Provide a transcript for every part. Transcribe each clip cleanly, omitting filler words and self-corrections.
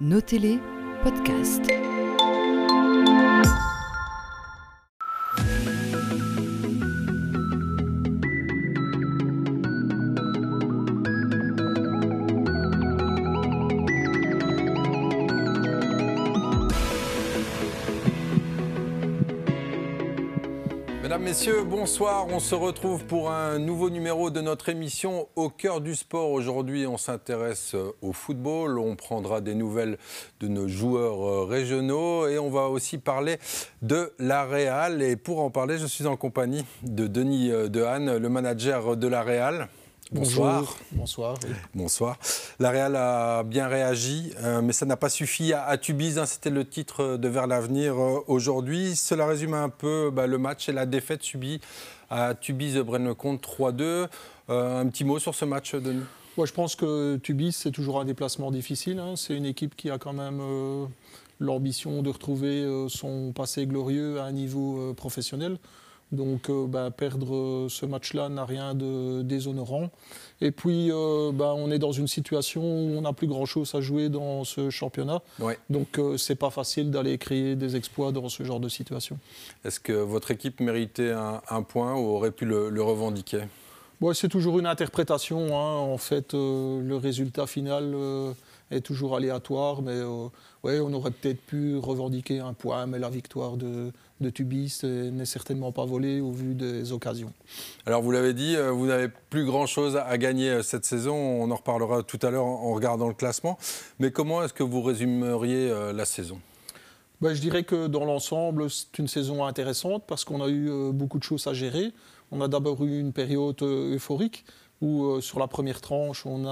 Nos Télé Podcast. Mesdames, Messieurs, bonsoir. On se retrouve pour un nouveau numéro de notre émission Au cœur du sport. Aujourd'hui, on s'intéresse au football. On prendra des nouvelles de nos joueurs régionaux et on va aussi parler de la Real. Et pour en parler, je suis en compagnie de Denis Dehaene, le manager de la Real. Bonsoir. Bonjour. Bonsoir. Oui. Bonsoir. La Real a bien réagi, mais ça n'a pas suffi à Tubize. C'était le titre de Vers l'avenir aujourd'hui. Cela résume un peu le match et la défaite subie à Tubize Braine-le-Comte 3-2. Un petit mot sur ce match, Denis ? Ouais, je pense que Tubize, c'est toujours un déplacement difficile. C'est une équipe qui a quand même l'ambition de retrouver son passé glorieux à un niveau professionnel. Donc perdre ce match-là n'a rien de déshonorant. Et puis on est dans une situation où on n'a plus grand-chose à jouer dans ce championnat. Ouais. Donc c'est pas facile d'aller créer des exploits dans ce genre de situation. Est-ce que votre équipe méritait un point ou aurait pu le revendiquer ? C'est toujours une interprétation. En fait, le résultat final est toujours aléatoire. Mais on aurait peut-être pu revendiquer un point. Mais la victoire de Tubize n'est certainement pas volée au vu des occasions. Alors vous l'avez dit, vous n'avez plus grand-chose à gagner cette saison. On en reparlera tout à l'heure en regardant le classement. Mais comment est-ce que vous résumeriez la saison ? Je dirais que dans l'ensemble, c'est une saison intéressante parce qu'on a eu beaucoup de choses à gérer. On a d'abord eu une période euphorique où sur la première tranche, on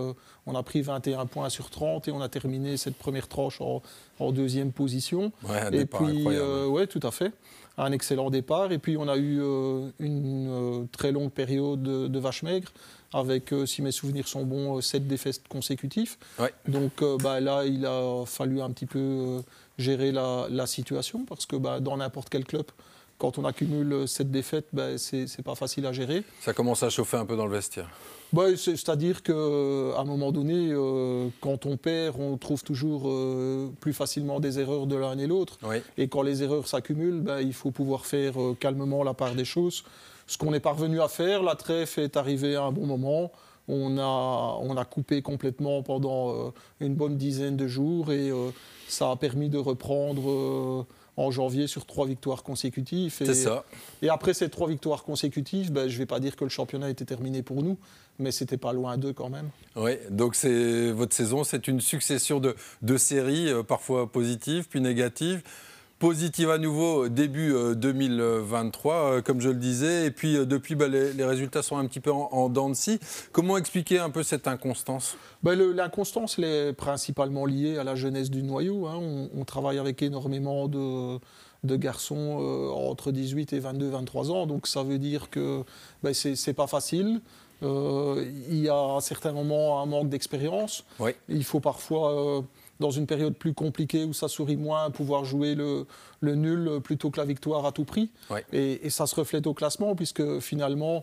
a pris 21 points sur 30 et on a terminé cette première tranche en deuxième position. Un départ incroyable. Oui, tout à fait. Un excellent départ. Et puis on a eu une très longue période de vache maigre avec, si mes souvenirs sont bons, 7 défaites consécutives. Ouais. Donc là, il a fallu un petit peu gérer la situation parce que dans n'importe quel club, quand on accumule cette défaite, c'est pas facile à gérer. Ça commence à chauffer un peu dans le vestiaire. C'est-à-dire qu'à un moment donné, quand on perd, on trouve toujours plus facilement des erreurs de l'un et l'autre. Oui. Et quand les erreurs s'accumulent, il faut pouvoir faire calmement la part des choses. Ce qu'on est parvenu à faire, la trêve est arrivée à un bon moment. On a coupé complètement pendant une bonne dizaine de jours et ça a permis de reprendre en janvier sur 3 victoires consécutives. C'est ça. Et après ces 3 victoires consécutives, je ne vais pas dire que le championnat était terminé pour nous, mais c'était pas loin d'eux quand même. Oui, donc votre saison, c'est une succession de séries, parfois positives, puis négatives. Positive à nouveau début 2023, comme je le disais. Et puis depuis, les résultats sont un petit peu en dents de scie. Comment expliquer un peu cette inconstance ? L'inconstance, elle est principalement liée à la jeunesse du noyau. On travaille avec énormément de garçons entre 18 et 22, 23 ans. Donc ça veut dire que c'est pas facile. Il y a à certains moments un manque d'expérience. Oui. Il faut parfois... dans une période plus compliquée où ça sourit moins, pouvoir jouer le nul plutôt que la victoire à tout prix. Ouais. Et ça se reflète au classement, puisque finalement,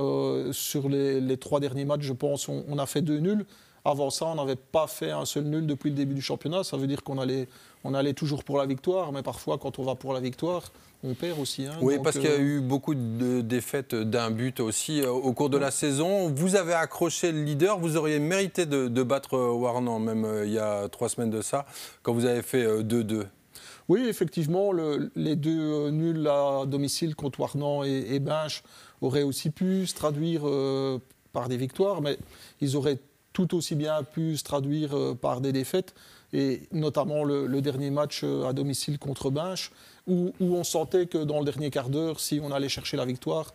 sur les 3 derniers matchs, je pense, on a fait 2 nuls. Avant ça, on n'avait pas fait un seul nul depuis le début du championnat. Ça veut dire qu'on allait toujours pour la victoire, mais parfois, quand on va pour la victoire, on perd aussi. Oui, donc, parce qu'il y a eu beaucoup de défaites d'un but aussi au cours de la saison. Vous avez accroché le leader. Vous auriez mérité de battre Warnant, même il y a 3 semaines de ça, quand vous avez fait 2-2. Oui, effectivement, les 2 nuls à domicile contre Warnant et Binche auraient aussi pu se traduire par des victoires, mais ils auraient tout aussi bien pu se traduire par des défaites, et notamment le dernier match à domicile contre Binche, où on sentait que dans le dernier quart d'heure, si on allait chercher la victoire,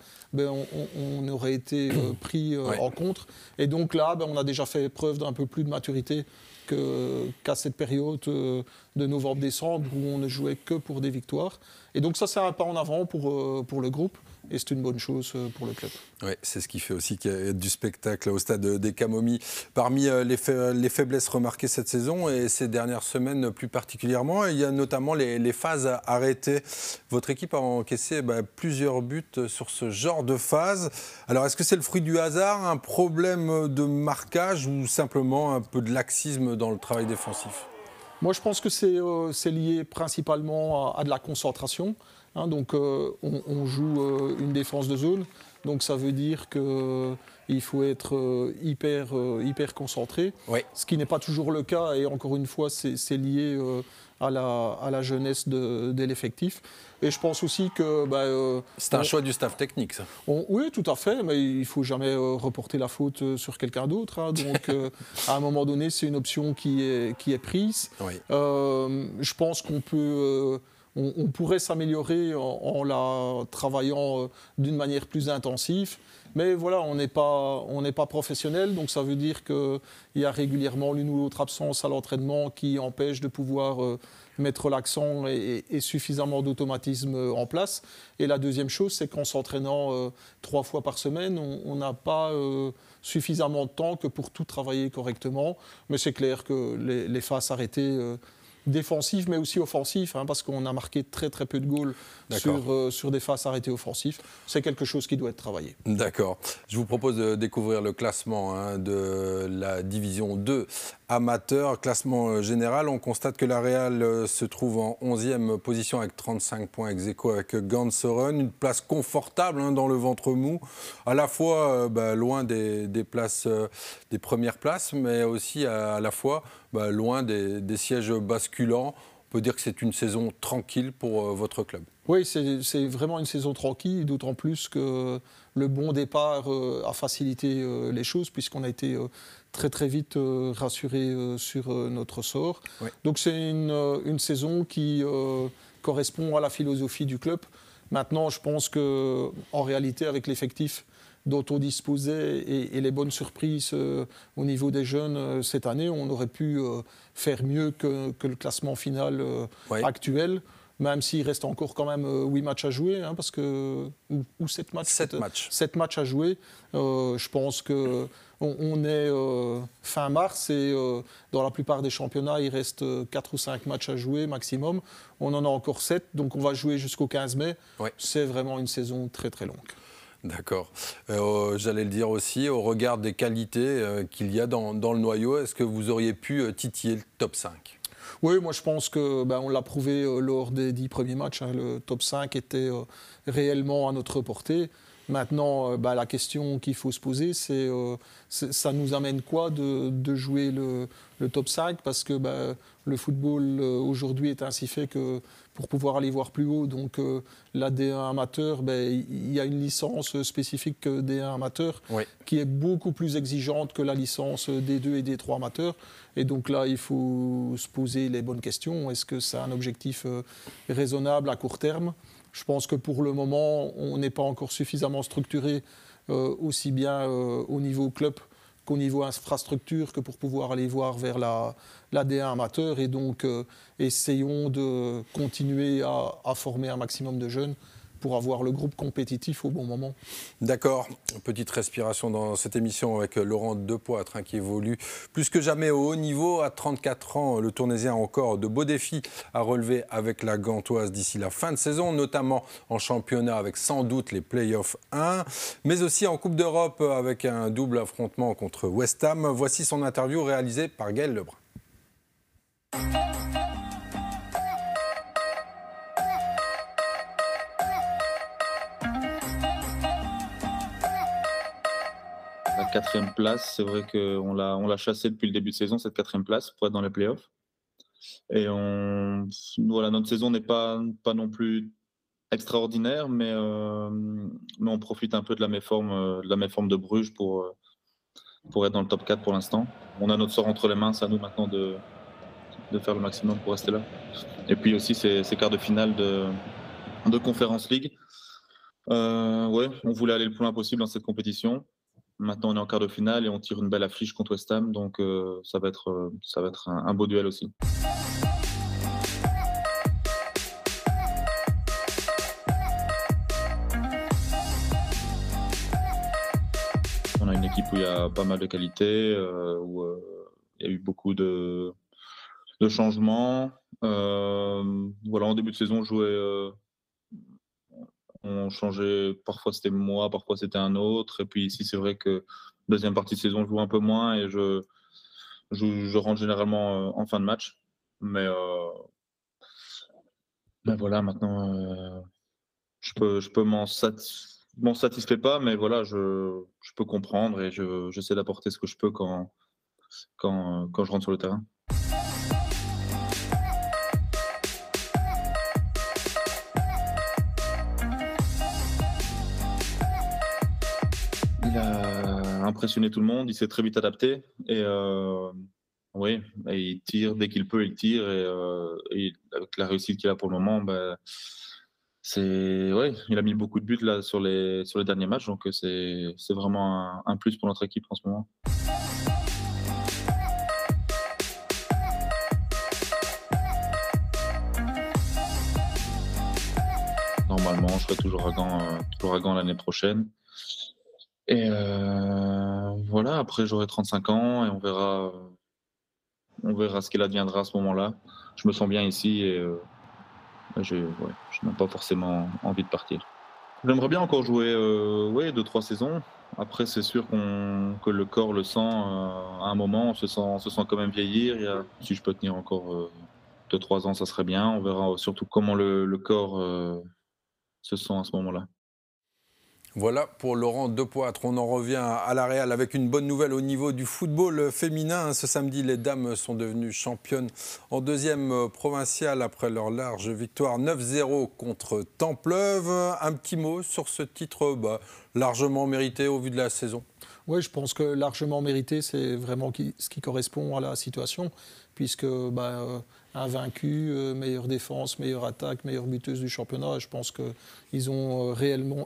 on aurait été pris en contre. Et donc là, on a déjà fait preuve d'un peu plus de maturité qu'à cette période de novembre-décembre où on ne jouait que pour des victoires. Et donc ça, c'est un pas en avant pour le groupe. Et c'est une bonne chose pour le club. Oui, c'est ce qui fait aussi qu'il y a du spectacle au stade des Camomilles. Parmi les faiblesses remarquées cette saison et ces dernières semaines plus particulièrement, il y a notamment les phases arrêtées. Votre équipe a encaissé plusieurs buts sur ce genre de phase. Alors, est-ce que c'est le fruit du hasard, un problème de marquage ou simplement un peu de laxisme dans le travail défensif ? Moi, je pense que c'est lié principalement à de la concentration. Hein, donc, on joue une défense de zone. Donc, ça veut dire qu'il faut être hyper concentré. Oui. Ce qui n'est pas toujours le cas. Et encore une fois, c'est lié à la jeunesse de l'effectif. Et je pense aussi que... c'est un choix du staff technique, ça. Oui, tout à fait, mais il ne faut jamais reporter la faute sur quelqu'un d'autre. Hein. Donc, à un moment donné, c'est une option qui est prise. Oui. Je pense qu'on peut... on pourrait s'améliorer en la travaillant d'une manière plus intensive. Mais voilà, on n'est pas professionnel, donc ça veut dire qu'il y a régulièrement l'une ou l'autre absence à l'entraînement qui empêche de pouvoir mettre l'accent et suffisamment d'automatisme en place. Et la deuxième chose, c'est qu'en s'entraînant 3 fois par semaine, on n'a pas suffisamment de temps que pour tout travailler correctement. Mais c'est clair que les phases arrêtées défensives, mais aussi offensives, hein, parce qu'on a marqué très peu de goals sur des phases arrêtées offensives. C'est quelque chose qui doit être travaillé. D'accord. Je vous propose de découvrir le classement de la division 2 amateur. Classement général, on constate que la Real se trouve en 11e position avec 35 points ex-aequo avec Ganseren. Une place confortable dans le ventre mou, à la fois loin des places, des premières places, mais aussi à la fois loin des sièges basculants. On peut dire que c'est une saison tranquille pour votre club. Oui, c'est vraiment une saison tranquille, d'autant plus que le bon départ a facilité les choses, puisqu'on a été très vite rassuré sur notre sort. Oui. Donc c'est une saison qui correspond à la philosophie du club. Maintenant, je pense qu'en réalité, avec l'effectif dont on disposait et les bonnes surprises au niveau des jeunes cette année, on aurait pu faire mieux que le classement final actuel, même s'il reste encore quand même 8 matchs à jouer, hein, parce que, ou 7 matchs. 7 matchs à jouer. Je pense qu'on est fin mars et dans la plupart des championnats, il reste 4 ou 5 matchs à jouer maximum. On en a encore 7, donc on va jouer jusqu'au 15 mai. Ouais. C'est vraiment une saison très longue. D'accord. J'allais le dire aussi, au regard des qualités qu'il y a dans le noyau, est-ce que vous auriez pu titiller le top 5 ? Oui, moi je pense qu'on l'a prouvé lors des 10 premiers matchs. Hein, le top 5 était réellement à notre portée. Maintenant, la question qu'il faut se poser, c'est ça nous amène quoi de jouer le top 5 ? Parce que le football aujourd'hui est ainsi fait que pour pouvoir aller voir plus haut, donc la D1 amateur, il y a une licence spécifique D1 amateur qui est beaucoup plus exigeante que la licence D2 et D3 amateur. Et donc là, il faut se poser les bonnes questions. Est-ce que c'est un objectif raisonnable à court terme ? Je pense que pour le moment, on n'est pas encore suffisamment structuré aussi bien au niveau club qu'au niveau infrastructure que pour pouvoir aller voir vers la D1 amateur. Et donc, essayons de continuer à former un maximum de jeunes pour avoir le groupe compétitif au bon moment. D'accord. Petite respiration dans cette émission avec Laurent Depoitre qui évolue plus que jamais au haut niveau. À 34 ans, le Tournaisien a encore de beaux défis à relever avec la Gantoise d'ici la fin de saison, notamment en championnat avec sans doute les Playoffs 1, mais aussi en Coupe d'Europe avec un double affrontement contre West Ham. Voici son interview réalisée par Gaël Lebrun. La 4e place, c'est vrai qu'on l'a chassé depuis le début de saison, cette 4e place, pour être dans les playoffs. Et notre saison n'est pas non plus extraordinaire, mais on profite un peu de la méforme de Bruges pour être dans le top 4 pour l'instant. On a notre sort entre les mains, c'est à nous maintenant de faire le maximum pour rester là. Et puis aussi ces quarts de finale de Conference League. On voulait aller le plus loin possible dans cette compétition. Maintenant, on est en quart de finale et on tire une belle affiche contre West Ham, donc ça va être un beau duel aussi. On a une équipe où il y a pas mal de qualités, où il y a eu beaucoup de changements. En début de saison, on changeait, parfois c'était moi, parfois c'était un autre. Et puis ici, c'est vrai que deuxième partie de saison, je joue un peu moins et je rentre généralement en fin de match. Mais, voilà, maintenant, je peux m'en satisfais pas, mais voilà, je peux comprendre et j'essaie d'apporter ce que je peux quand je rentre sur le terrain. Il a impressionné tout le monde, il s'est très vite adapté et oui, et il tire dès qu'il peut, il tire et avec la réussite qu'il a pour le moment, c'est ouais, il a mis beaucoup de buts là sur les derniers matchs, donc c'est vraiment un plus pour notre équipe en ce moment. Normalement, je serai toujours à Gand l'année prochaine et voilà, après j'aurai 35 ans et on verra ce qu'il adviendra à ce moment-là. Je me sens bien ici et je n'ai pas forcément envie de partir. J'aimerais bien encore jouer, ouais, 2-3 saisons. Après, c'est sûr que le corps le sent, à un moment, on se sent quand même vieillir. Si je peux tenir encore 2-3 ans, ça serait bien. On verra surtout comment le corps se sent à ce moment-là. Voilà pour Laurent Depoitre. On en revient à la Real avec une bonne nouvelle au niveau du football féminin. Ce samedi, les dames sont devenues championnes en deuxième provinciale après leur large victoire 9-0 contre Templeuve. Un petit mot sur ce titre largement mérité au vu de la saison. Oui, je pense que largement mérité, c'est vraiment ce qui correspond à la situation, puisque invaincu, meilleure défense, meilleure attaque, meilleure buteuse du championnat. Je pense qu'elles ont réellement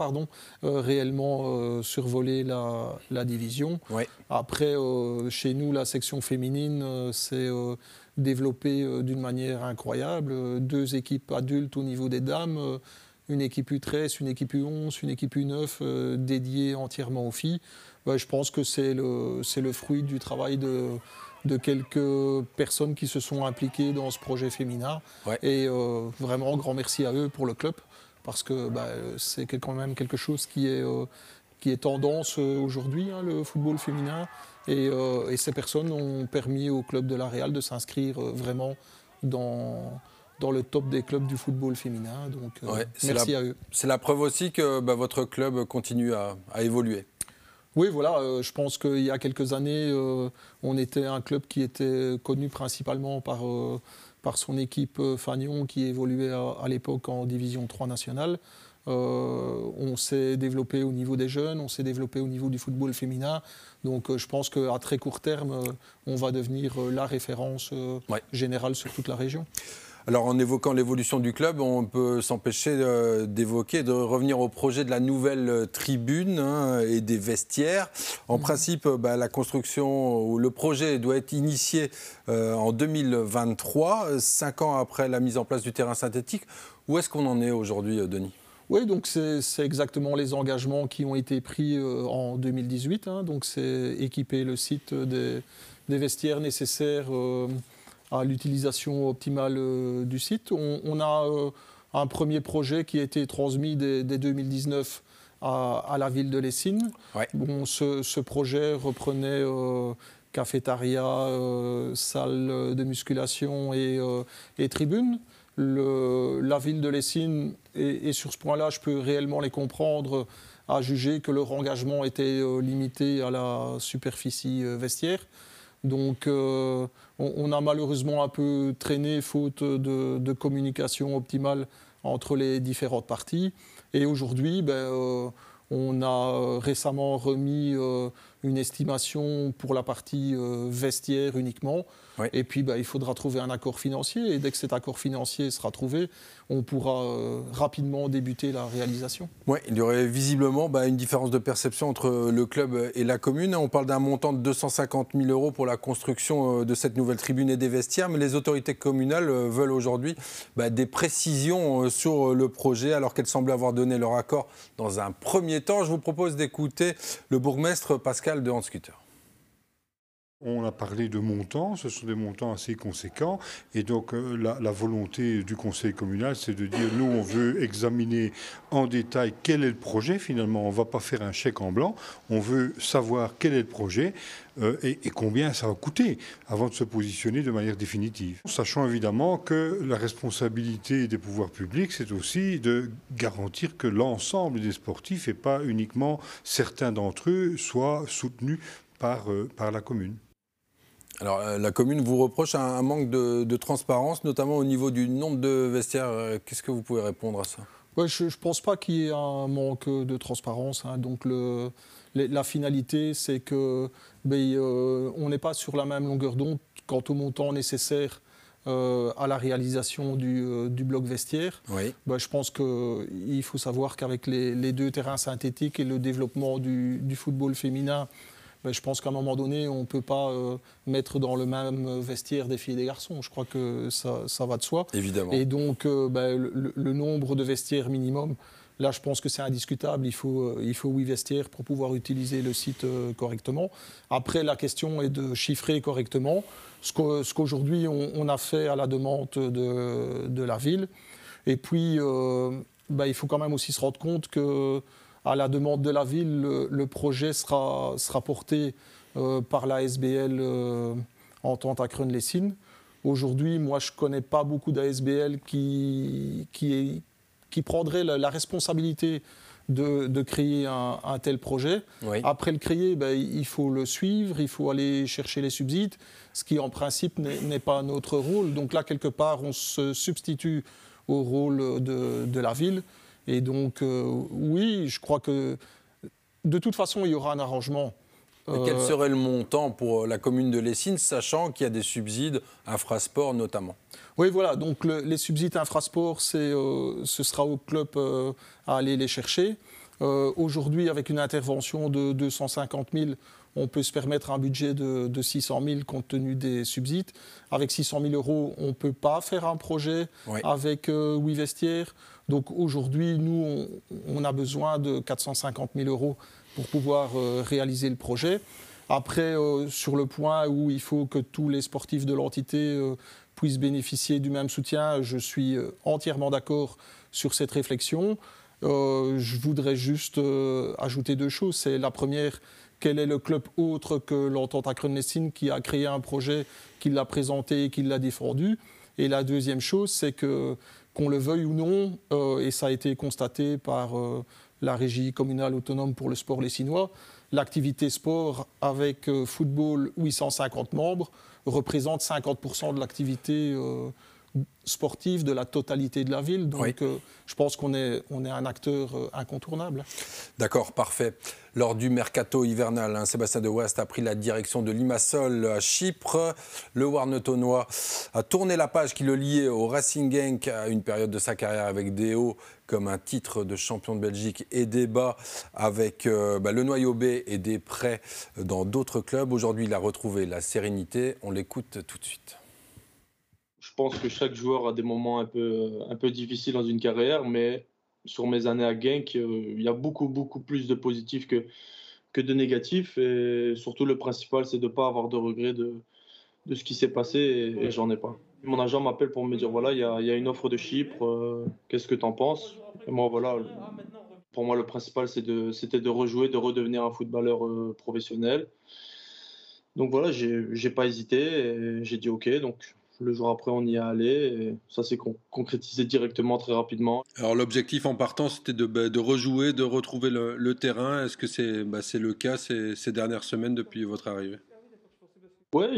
survolé la division. Ouais. Après, chez nous, la section féminine s'est développée d'une manière incroyable. 2 équipes adultes au niveau des dames. Une équipe U13, une équipe U11, une équipe U9 dédiée entièrement aux filles. Je pense que c'est le fruit du travail de quelques personnes qui se sont impliquées dans ce projet féminin. Ouais. Et vraiment, grand merci à eux pour le club, parce que c'est quand même quelque chose qui est tendance aujourd'hui, hein, le football féminin. Et ces personnes ont permis au club de la Real de s'inscrire vraiment dans le top des clubs du football féminin. Donc, merci à eux. C'est la preuve aussi que votre club continue à évoluer. Oui, voilà, je pense qu'il y a quelques années, on était un club qui était connu principalement par son équipe Fagnon, qui évoluait à l'époque en division 3 nationale. On s'est développé au niveau des jeunes, on s'est développé au niveau du football féminin. Donc je pense qu'à très court terme, on va devenir la référence générale sur toute la région. Alors en évoquant l'évolution du club, on peut s'empêcher de revenir au projet de la nouvelle tribune et des vestiaires. En principe, la construction ou le projet doit être initié en 2023, 5 ans après la mise en place du terrain synthétique. Où est-ce qu'on en est aujourd'hui, Denis ? Oui, donc c'est exactement les engagements qui ont été pris en 2018. Donc c'est équiper le site des vestiaires nécessaires à l'utilisation optimale du site. On a un premier projet qui a été transmis dès 2019 à la ville de Lessines. Ouais. Bon, ce projet reprenait cafétéria, salle de musculation et tribune. La ville de Lessines, et sur ce point-là, je peux réellement les comprendre, a jugé que leur engagement était limité à la superficie vestiaire. Donc on a malheureusement un peu traîné faute de communication optimale entre les différentes parties. Et aujourd'hui, on a récemment remis une estimation pour la partie vestiaire uniquement. Oui. Et puis il faudra trouver un accord financier. Et dès que cet accord financier sera trouvé, on pourra rapidement débuter la réalisation. Oui, il y aurait visiblement une différence de perception entre le club et la commune. On parle d'un montant de 250 000 € pour la construction de cette nouvelle tribune et des vestiaires. Mais les autorités communales veulent aujourd'hui des précisions sur le projet, alors qu'elles semblent avoir donné leur accord dans un premier temps. Je vous propose d'écouter le bourgmestre Pascal de Hanscutter. On a parlé de montants, ce sont des montants assez conséquents et donc la volonté du conseil communal c'est de dire nous on veut examiner en détail quel est le projet finalement, on ne va pas faire un chèque en blanc, on veut savoir quel est le projet et combien ça va coûter avant de se positionner de manière définitive. Sachant évidemment que la responsabilité des pouvoirs publics c'est aussi de garantir que l'ensemble des sportifs et pas uniquement certains d'entre eux soient soutenus par la commune. Alors, la commune vous reproche un manque de transparence, notamment au niveau du nombre de vestiaires. Qu'est-ce que vous pouvez répondre à ça ? Ouais, je ne pense pas qu'il y ait un manque de transparence. Donc la finalité, c'est que on n'est pas sur la même longueur d'onde quant au montant nécessaire à la réalisation du bloc vestiaire. Oui. Je pense qu'il faut savoir qu'avec les 2 terrains synthétiques et le développement du football féminin, je pense qu'à un moment donné, on ne peut pas mettre dans le même vestiaire des filles et des garçons. Je crois que ça va de soi. Évidemment. Et donc, le nombre de vestiaires minimum, là, je pense que c'est indiscutable. Il faut 8 vestiaires pour pouvoir utiliser le site correctement. Après, la question est de chiffrer correctement ce qu'aujourd'hui, on a fait à la demande de la ville. Et puis, il faut quand même aussi se rendre compte que à la demande de la ville, le projet sera porté par la SBL Entente Akron-Lessines. Aujourd'hui, moi, je ne connais pas beaucoup d'ASBL qui prendraient la responsabilité de créer un tel projet. Oui. Après le créer, il faut le suivre, il faut aller chercher les subsides, ce qui, en principe, n'est pas notre rôle. Donc là, quelque part, on se substitue au rôle de la ville. Et donc, oui, je crois que de toute façon, il y aura un arrangement. Quel serait le montant pour la commune de Lessines, sachant qu'il y a des subsides infrasport notamment ? Oui, voilà. Donc, les subsides infrasport, ce sera au club à aller les chercher. Aujourd'hui, avec une intervention de 250 000, on peut se permettre un budget de 600 000 compte tenu des subsides. Avec 600 000 €, on ne peut pas faire un projet avec 8 vestiaires. Donc aujourd'hui, nous, on a besoin de 450 000 € pour pouvoir réaliser le projet. Après, sur le point où il faut que tous les sportifs de l'entité puissent bénéficier du même soutien, je suis entièrement d'accord sur cette réflexion. Je voudrais juste ajouter 2 choses. C'est la première, quel est le club autre que l'Entente Akron-Lessines qui a créé un projet, qui l'a présenté et qui l'a défendu. Et la deuxième chose, c'est qu'on le veuille ou non, et ça a été constaté par la Régie communale autonome pour le sport lessinois, l'activité sport avec football 850 membres représente 50% de l'activité sportive de la totalité de la ville. Donc je pense qu'on est un acteur incontournable. D'accord, parfait. Lors du mercato hivernal, Sébastien de West a pris la direction de Limassol à Chypre. Le Warnetonnois a tourné la page qui le liait au Racing Genk à une période de sa carrière avec des hauts comme un titre de champion de Belgique et des bas avec le noyau B et des prêts dans d'autres clubs. Aujourd'hui, il a retrouvé la sérénité. On l'écoute tout de suite. Je pense que chaque joueur a des moments un peu difficiles dans une carrière, mais sur mes années à Genk, il y a beaucoup plus de positifs que de négatifs. Et surtout, le principal, c'est de ne pas avoir de regrets de ce qui s'est passé, et j'en ai pas. Mon agent m'appelle pour me dire, voilà, il y a une offre de Chypre, qu'est-ce que tu en penses ? Et moi, voilà, pour moi, le principal, c'était de rejouer, de redevenir un footballeur professionnel. Donc voilà, j'ai pas hésité, et j'ai dit OK, donc... Le jour après, on y est allé et ça s'est concrétisé directement, très rapidement. Alors l'objectif en partant, c'était de rejouer, de retrouver le terrain. Est-ce que c'est le cas ces dernières semaines depuis votre arrivée ? Ouais,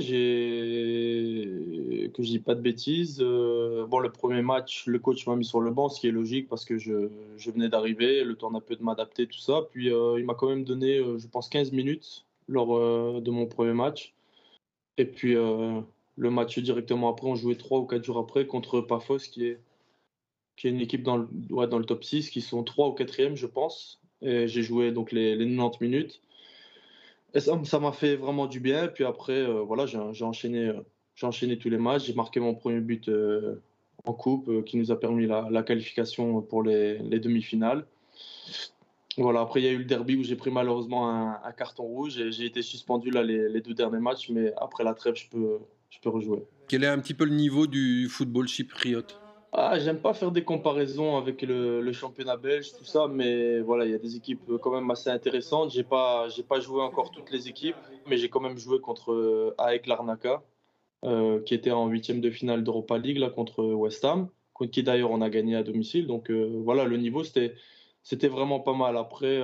que je dis pas de bêtises. Le premier match, le coach m'a mis sur le banc, ce qui est logique parce que je venais d'arriver, le temps un peu de m'adapter, tout ça. Puis il m'a quand même donné, je pense, 15 minutes lors de mon premier match. Et puis... le match directement après, on jouait 3 ou 4 jours après contre Paphos, qui est une équipe dans le top 6, qui sont 3 ou 4e, je pense. Et j'ai joué donc les 90 minutes. Et ça m'a fait vraiment du bien. Puis après, j'ai enchaîné tous les matchs. J'ai marqué mon premier but en coupe, qui nous a permis la qualification pour les demi-finales. Voilà, après, il y a eu le derby où j'ai pris malheureusement un carton rouge et j'ai été suspendu là, les 2 derniers matchs, mais après la trêve, je peux rejouer. Quel est un petit peu le niveau du football chypriote? Ah, j'aime pas faire des comparaisons avec le championnat belge, tout ça, mais voilà, il y a des équipes quand même assez intéressantes. J'ai pas joué encore toutes les équipes, mais j'ai quand même joué contre AEK Larnaca, qui était en huitième de finale d'Europa League là, contre West Ham, contre qui d'ailleurs on a gagné à domicile. Donc voilà, le niveau c'était vraiment pas mal. Après,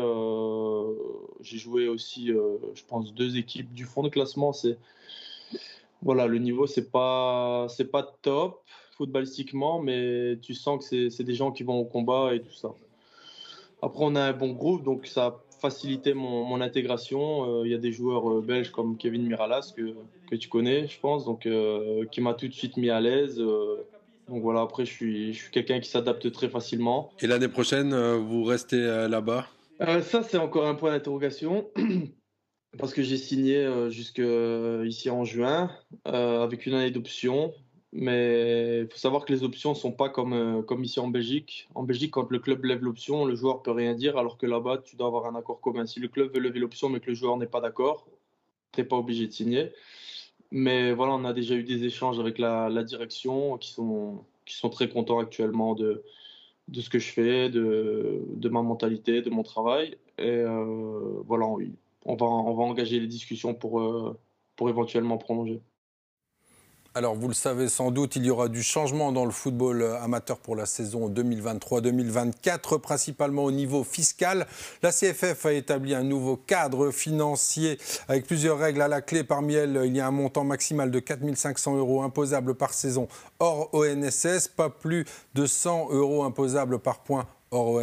j'ai joué aussi, je pense, 2 équipes du fond de classement. Voilà, le niveau c'est pas top footballistiquement, mais tu sens que c'est des gens qui vont au combat et tout ça. Après, on a un bon groupe, donc ça a facilité mon intégration. Il y a des joueurs belges comme Kevin Miralas que tu connais, je pense, donc qui m'a tout de suite mis à l'aise. Donc voilà, après, je suis quelqu'un qui s'adapte très facilement. Et l'année prochaine, vous restez là-bas? Ça, c'est encore un point d'interrogation. Parce que j'ai signé jusque ici en juin avec une année d'option. Mais il faut savoir que les options ne sont pas comme ici en Belgique. En Belgique, quand le club lève l'option, le joueur ne peut rien dire, alors que là-bas, tu dois avoir un accord commun. Si le club veut lever l'option mais que le joueur n'est pas d'accord, tu n'es pas obligé de signer. Mais voilà, on a déjà eu des échanges avec la direction qui sont très contents actuellement de ce que je fais, de ma mentalité, de mon travail. Et voilà, on va engager les discussions pour éventuellement prolonger. Alors, vous le savez sans doute, il y aura du changement dans le football amateur pour la saison 2023-2024, principalement au niveau fiscal. La CFF a établi un nouveau cadre financier avec plusieurs règles à la clé. Parmi elles, il y a un montant maximal de 4 500 € imposable par saison hors ONSS, pas plus de 100 € imposables par point hors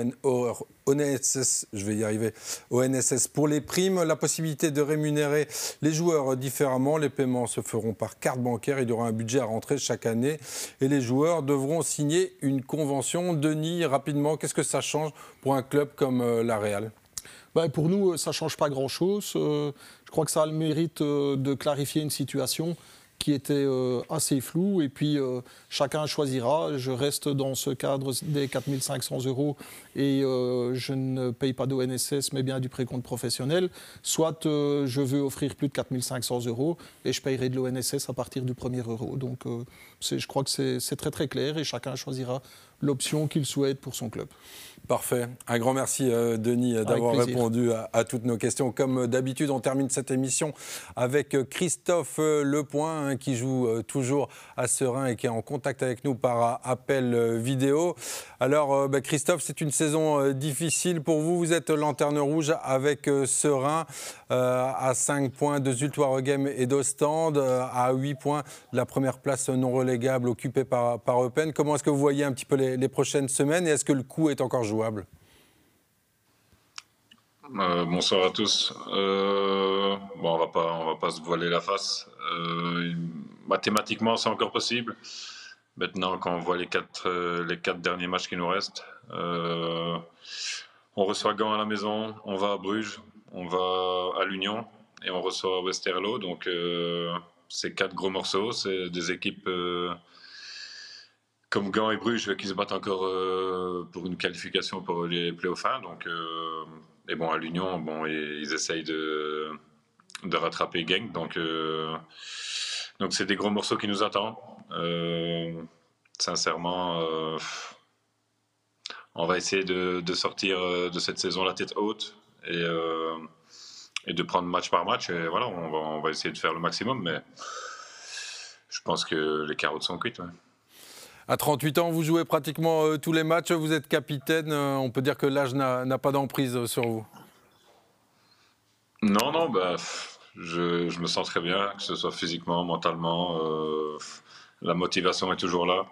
ONSS, je vais y arriver, ONSS pour les primes, la possibilité de rémunérer les joueurs différemment. Les paiements se feront par carte bancaire. Il y aura un budget à rentrer chaque année et les joueurs devront signer une convention. Denis, rapidement, qu'est-ce que ça change pour un club comme la Real ? Pour nous, ça ne change pas grand-chose. Je crois que ça a le mérite de clarifier une situation qui était assez floue. Et puis, chacun choisira. Je reste dans ce cadre des 4 500 € et je ne paye pas d'ONSS, mais bien du précompte professionnel. Soit je veux offrir plus de 4 500 € et je payerai de l'ONSS à partir du premier euro. Donc, je crois que c'est très, très clair et chacun choisira l'option qu'il souhaite pour son club. Parfait. Un grand merci, Denis, d'avoir répondu à toutes nos questions. Comme d'habitude, on termine cette émission avec Christophe Lepoint, qui joue toujours à Seraing et qui est en contact avec nous par appel vidéo. Alors, Christophe, c'est une saison difficile pour vous. Vous êtes lanterne rouge avec Seraing à 5 points de Zulte Waregem et d'Ostende, à 8 points de la première place non relégable occupée par Eupen. Comment est-ce que vous voyez un petit peu les prochaines semaines et est-ce que le coup est encore jouable ? Bonsoir à tous. On va pas se voiler la face. Mathématiquement, c'est encore possible. Maintenant, quand on voit les quatre derniers matchs qui nous restent, on reçoit Gand à la maison, on va à Bruges, on va à l'Union et on reçoit Westerlo. Donc, c'est 4 gros morceaux. C'est des équipes comme Gand et Bruges qui se battent encore pour une qualification pour les playoffs. Donc, et bon, à l'Union, ils essayent de rattraper Genk. Donc, c'est des gros morceaux qui nous attendent. Sincèrement, on va essayer de sortir de cette saison la tête haute et de prendre match par match. Et voilà, on va essayer de faire le maximum, mais je pense que les carottes sont cuites. Ouais. À 38 ans, vous jouez pratiquement tous les matchs, vous êtes capitaine. On peut dire que l'âge n'a pas d'emprise sur vous. Non, je me sens très bien, que ce soit physiquement, mentalement. La motivation est toujours là.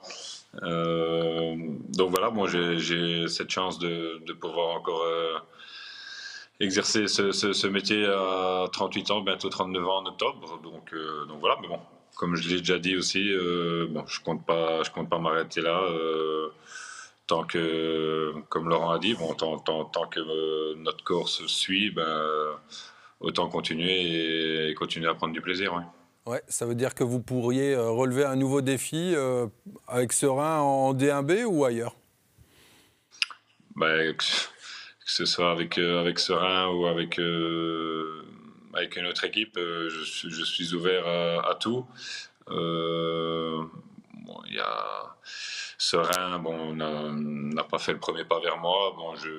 Donc voilà, j'ai cette chance de pouvoir encore exercer ce métier à 38 ans, bientôt 39 ans en octobre. Donc voilà, mais bon. Comme je l'ai déjà dit aussi, je compte pas m'arrêter là. Tant que, comme Laurent a dit, tant que notre corps se suit, autant continuer et continuer à prendre du plaisir. Ouais, ça veut dire que vous pourriez relever un nouveau défi avec Seraing en D1B ou ailleurs ? Que ce soit avec Serein ou avec une autre équipe, je suis ouvert à tout. Il y a Serein, n'a pas fait le premier pas vers moi.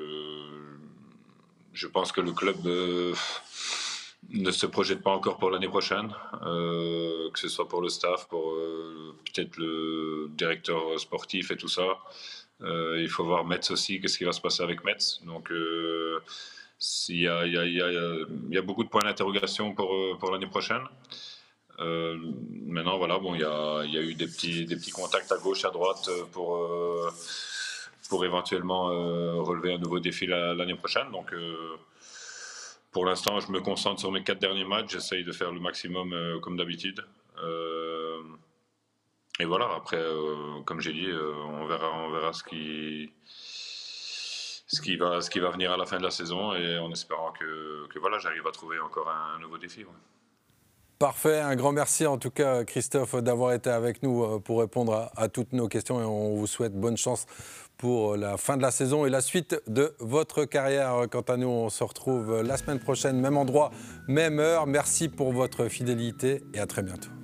Je pense que le club ne se projette pas encore pour l'année prochaine, que ce soit pour le staff, pour peut-être le directeur sportif et tout ça. Il faut voir Metz aussi, qu'est-ce qui va se passer avec Metz. Donc il y a beaucoup de points d'interrogation pour l'année prochaine. Maintenant, voilà, il y a eu des petits contacts à gauche, à droite pour éventuellement relever un nouveau défi l'année prochaine. Donc, pour l'instant, je me concentre sur mes 4 derniers matchs. J'essaye de faire le maximum comme d'habitude. Et voilà, après, comme j'ai dit, on verra ce qui va venir à la fin de la saison, et en espérant que voilà, j'arrive à trouver encore un nouveau défi. Ouais. Parfait, un grand merci en tout cas Christophe d'avoir été avec nous pour répondre à toutes nos questions, et on vous souhaite bonne chance pour la fin de la saison et la suite de votre carrière. Quant à nous, on se retrouve la semaine prochaine, même endroit, même heure. Merci pour votre fidélité et à très bientôt.